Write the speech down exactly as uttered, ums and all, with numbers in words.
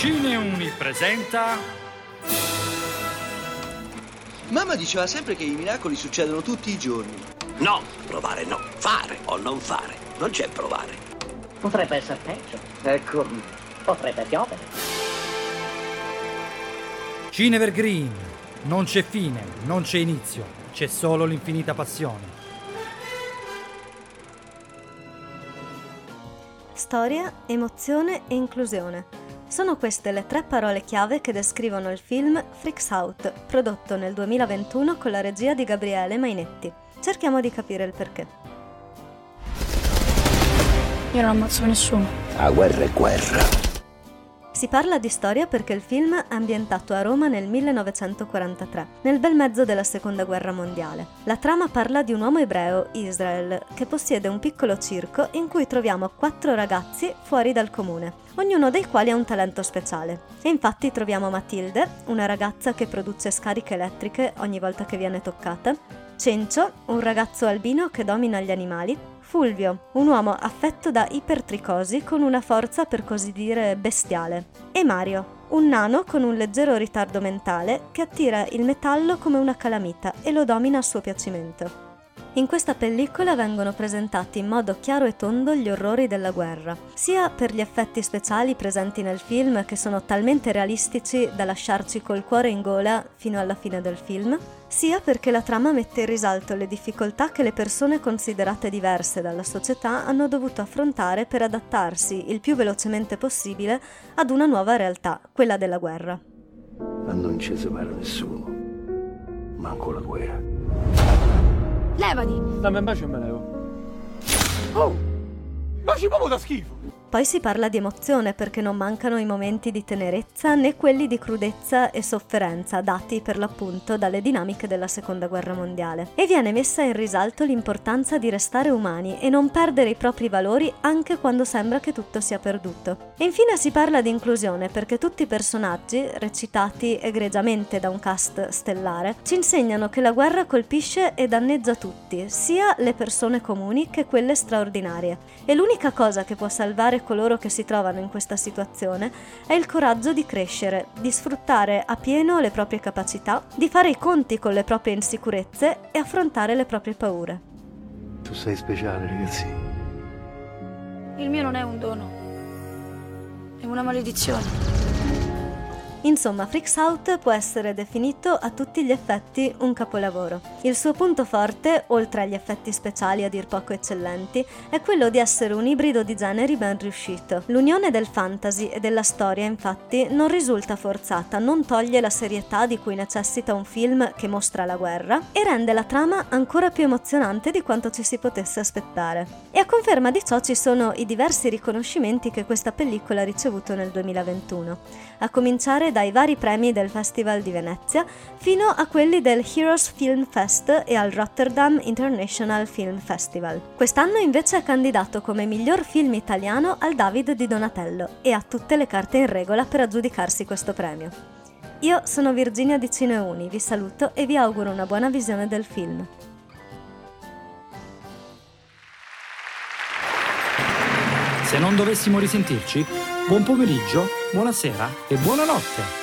Cineuni presenta... Mamma diceva sempre che i miracoli succedono tutti i giorni. No, provare no, fare o non fare, non c'è provare. Potrebbe essere peggio. Ecco. Potrebbe piovere. Cinevergreen. Non c'è fine, non c'è inizio, c'è solo l'infinita passione. Storia, emozione e inclusione. Sono queste le tre parole chiave che descrivono il film Freaks Out, prodotto nel duemilaventuno con la regia di Gabriele Mainetti. Cerchiamo di capire il perché. Io non ammazzo nessuno. La guerra è guerra. Si parla di storia perché il film è ambientato a Roma nel millenovecentoquarantatré, nel bel mezzo della Seconda Guerra Mondiale. La trama parla di un uomo ebreo, Israel, che possiede un piccolo circo in cui troviamo quattro ragazzi fuori dal comune, ognuno dei quali ha un talento speciale. E infatti troviamo Matilde, una ragazza che produce scariche elettriche ogni volta che viene toccata, Cencio, un ragazzo albino che domina gli animali, Fulvio, un uomo affetto da ipertricosi con una forza per così dire bestiale, e Mario, un nano con un leggero ritardo mentale che attira il metallo come una calamita e lo domina a suo piacimento. In questa pellicola vengono presentati in modo chiaro e tondo gli orrori della guerra, sia per gli effetti speciali presenti nel film che sono talmente realistici da lasciarci col cuore in gola fino alla fine del film, sia perché la trama mette in risalto le difficoltà che le persone considerate diverse dalla società hanno dovuto affrontare per adattarsi il più velocemente possibile ad una nuova realtà, quella della guerra. Ma non ci separa nessuno, manco la guerra. Levati! Dammi un bacio e me levo. Oh! Baci proprio da schifo! Poi si parla di emozione perché non mancano i momenti di tenerezza né quelli di crudezza e sofferenza dati per l'appunto dalle dinamiche della Seconda Guerra Mondiale. E viene messa in risalto l'importanza di restare umani e non perdere i propri valori anche quando sembra che tutto sia perduto. E infine si parla di inclusione perché tutti i personaggi, recitati egregiamente da un cast stellare, ci insegnano che la guerra colpisce e danneggia tutti, sia le persone comuni che quelle straordinarie. E l'unica cosa che può salvare coloro che si trovano in questa situazione è il coraggio di crescere, di sfruttare a pieno le proprie capacità, di fare i conti con le proprie insicurezze e affrontare le proprie paure. Tu sei speciale, ragazzi. Il mio non è un dono. È una maledizione. Insomma, Freaks Out può essere definito a tutti gli effetti un capolavoro. Il suo punto forte, oltre agli effetti speciali a dir poco eccellenti, è quello di essere un ibrido di generi ben riuscito. L'unione del fantasy e della storia, infatti, non risulta forzata, non toglie la serietà di cui necessita un film che mostra la guerra e rende la trama ancora più emozionante di quanto ci si potesse aspettare. E a conferma di ciò ci sono i diversi riconoscimenti che questa pellicola ha ricevuto nel duemilaventuno, a cominciare dai vari premi del Festival di Venezia fino a quelli del Heroes Film Fest e al Rotterdam International Film Festival. Quest'anno invece è candidato come miglior film italiano al David di Donatello e ha tutte le carte in regola per aggiudicarsi questo premio. Io sono Virginia di Cineuni, vi saluto e vi auguro una buona visione del film. Se non dovessimo risentirci, buon pomeriggio, buonasera e buonanotte.